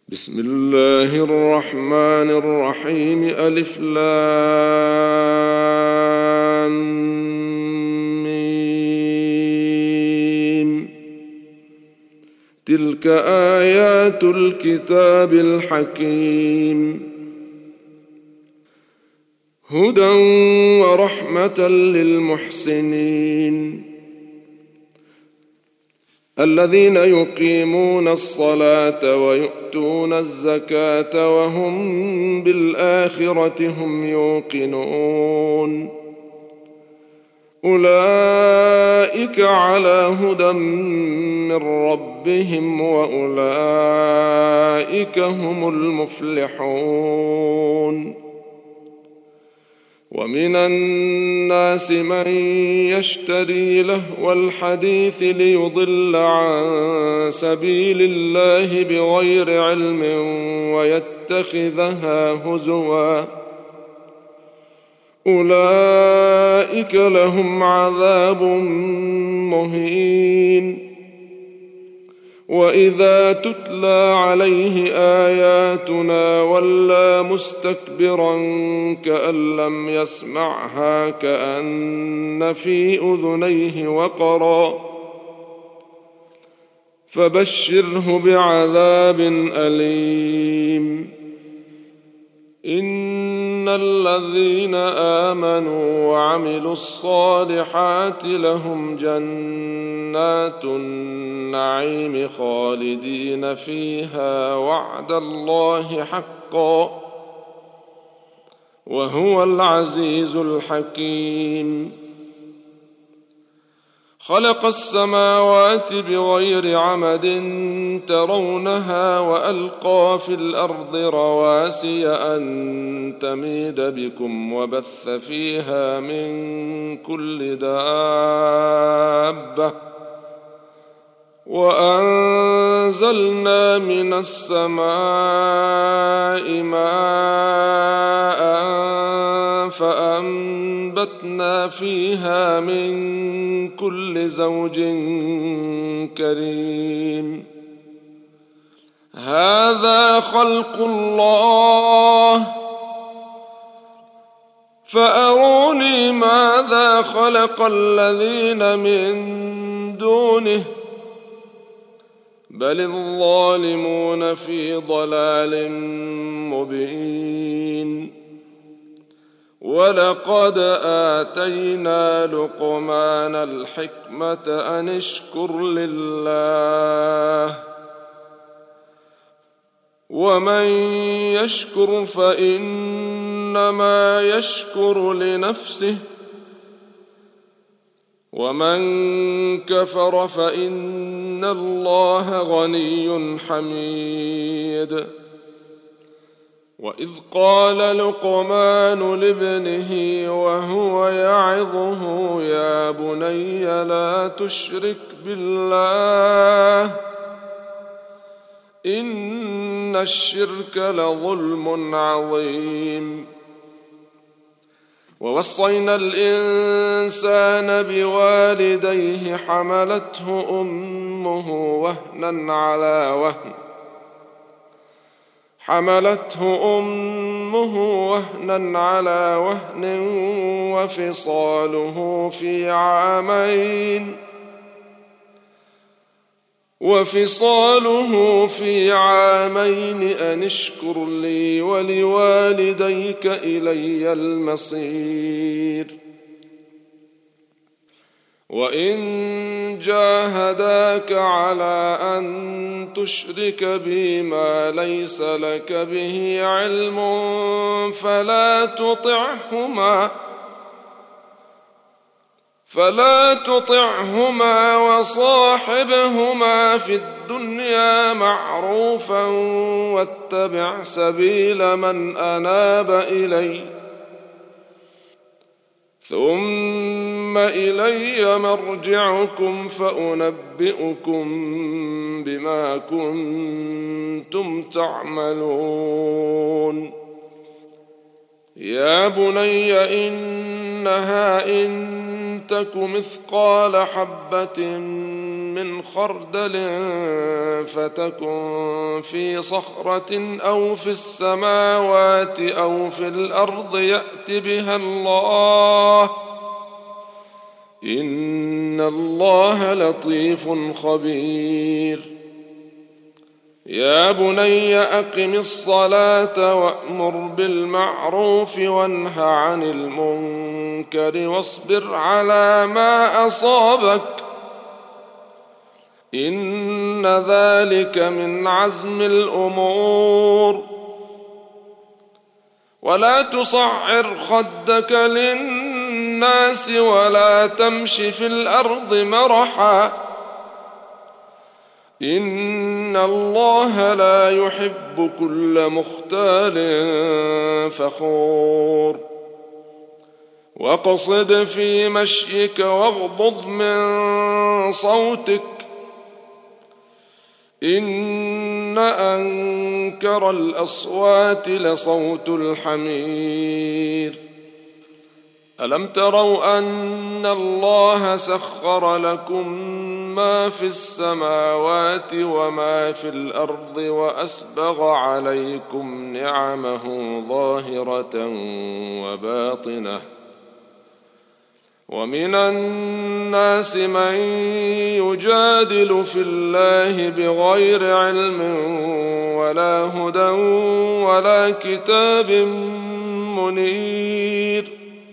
بسم الله الرحمن الرحيم. ألف لام ميم. تلك آيات الكتاب الحكيم، هدى ورحمة للمحسنين الذين يقيمون الصلاة ويؤتون الزكاة وهم بالآخرة هم يوقنون. أولئك على هدى من ربهم وأولئك هم المفلحون. ومن الناس من يشتري لهو الحديث ليضل عن سبيل الله بغير علم ويتخذها هزوا، أولئك لهم عذاب مهين. وإذا تتلى عليه آياتنا ولى مستكبرا كأن لم يسمعها كأن في أذنيه وقرا، فبشره بعذاب أليم. إن الذين آمنوا وعملوا الصالحات لهم جنات النعيم خالدين فيها وعد الله حقا، وهو العزيز الحكيم. خلق السماوات بغير عمد ترونها وألقى في الأرض رواسي أن تميد بكم وبث فيها من كل دابة، وأنزلنا من السماء ماء فأنبتنا فيها من كل زوج كريم. هذا خلق الله فأروني ماذا خلق الذين من دونه، بل الظالمون في ضلال مبين. ولقد آتينا لقمان الحكمة أن اشكر لله، ومن يشكر فإنما يشكر لنفسه، ومن كفر فإن الله غني حميد. وإذ قال لقمان لابنه وهو يعظه يا بني لا تشرك بالله إن الشرك لظلم عظيم. ووصينا الإنسان بوالديه حملته أمه وهنا على وهن وفصاله في عامين أن اشكر لي ولوالديك إلي المصير. وإن جاهداك على أن تشرك بي ما ليس لك به علم فلا تطعهما وصاحبهما في الدنيا معروفا واتبع سبيل من أناب إلي، ثم إلي مرجعكم فأنبئكم بما كنتم تعملون. يا بني إنها إن تك مثقال حبة من خردل فتكن في صخرة أو في السماوات أو في الأرض يأت بها الله إن الله لطيف خبير يا بني أقم الصلاة وأمر بالمعروف وانه عن المنكر واصبر على ما أصابك إن ذلك من عزم الأمور ولا تصعر خدك للناس ولا تمش في الأرض مرحا إن الله لا يحب كل مختال فخور واقصد في مشيك واغضض من صوتك إن أنكر الأصوات لصوت الحمير ألم تروا أن الله سخر لكم ما في السماوات وما في الأرض وأسبغ عليكم نعمه ظاهرة وباطنة ومن الناس من يجادل في الله بغير علم ولا هدى ولا كتاب منير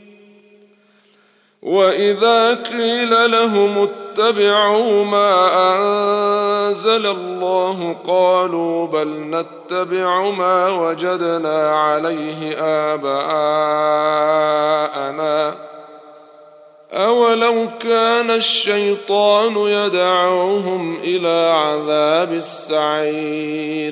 وإذا قيل لهم اتبعوا ما أنزل الله قالوا بل نتبع ما وجدنا عليه آباءنا أولو كان الشيطان يدعوهم إلى عذاب السعير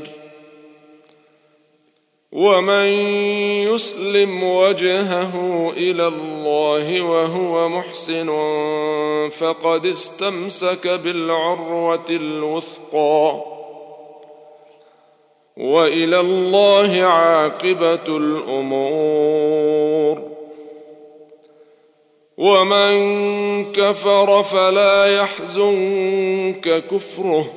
ومن يسلم وجهه إلى الله وهو محسن فقد استمسك بالعروة الوثقى وإلى الله عاقبة الأمور ومن كفر فلا يحزنك كفره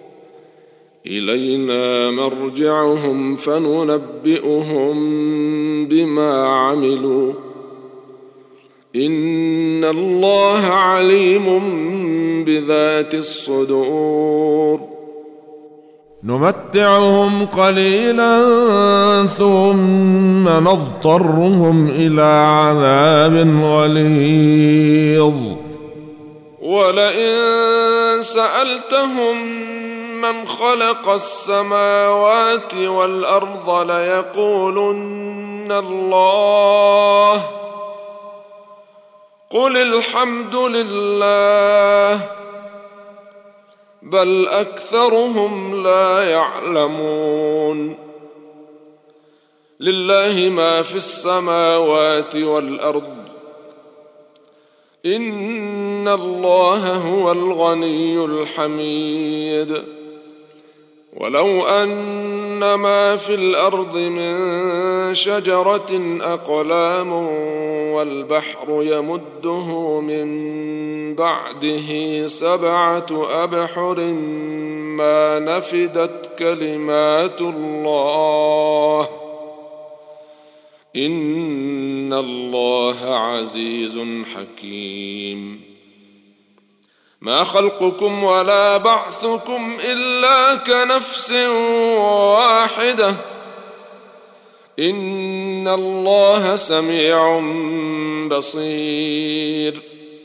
إلينا مرجعهم فننبئهم بما عملوا إن الله عليم بذات الصدور نمتعهم قليلا ثم نضطرهم إلى عذاب غليظ ولئن سألتهم من خلق السماوات والأرض ليقولن الله قل الحمد لله بل أكثرهم لا يعلمون لله ما في السماوات والأرض إن الله هو الغني الحميد ولو أن ما في الأرض من شجرة أقلام والبحر يمده من بعده 7 أبحر ما نفدت كلمات الله إن الله عزيز حكيم ما خلقكم ولا بعثكم إلا كنفس واحدة إن الله سميع بصير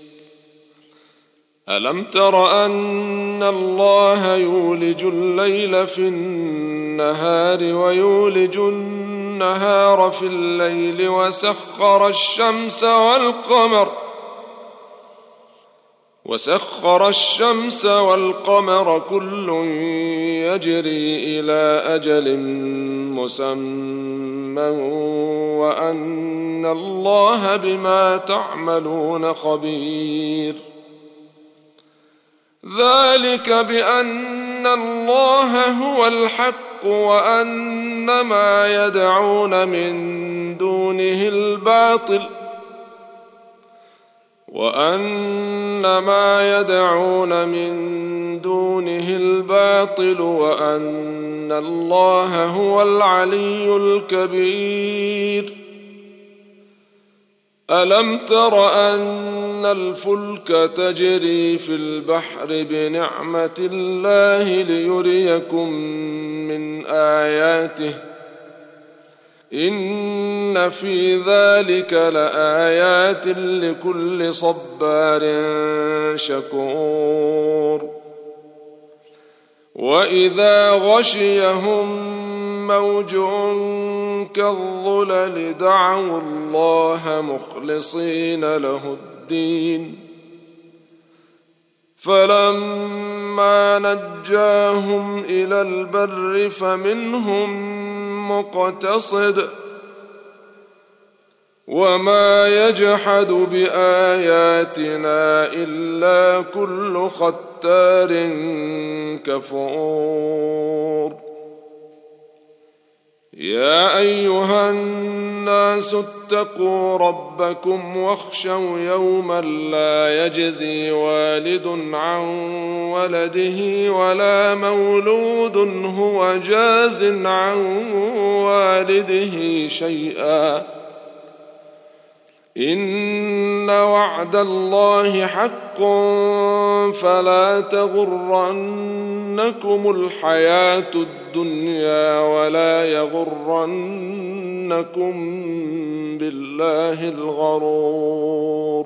ألم تر أن الله يولج الليل في النهار ويولج النهار في الليل وسخر الشمس والقمر كل يجري إلى أجل مسمى وأن الله بما تعملون خبير ذلك بأن الله هو الحق وأن ما يدعون من دونه الباطل وأن ما يدعون من دونه الباطل وأن الله هو العلي الكبير. ألم تر أن الفلك تجري في البحر بنعمة الله ليريكم من آياته إن في ذلك لآيات لكل صبار شكور. وإذا غشيهم موج كالظلل دعوا الله مخلصين له الدين فلما نجاهم إلى البر فمنهم مقتصد وما يجحد بآياتنا إلا كل ختار كفور. يا أيها الناس اتقوا ربكم واخشوا يوما لا يجزي والد عن ولده ولا مولود هو جاز عن والده شيئا إن وعد الله حق فلا تغرنكم الحياة الدنيا ولا يغرنكم بالله الغرور.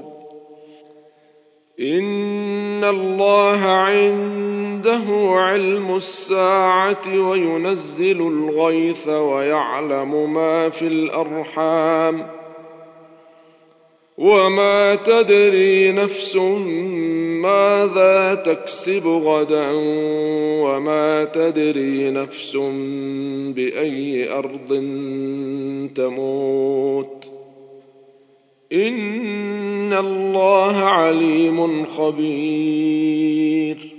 إن الله عنده علم الساعة وينزل الغيث ويعلم ما في الأرحام وما تدري نفس ماذا تكسب غدا وما تدري نفس بأي أرض تموت إن الله عليم خبير.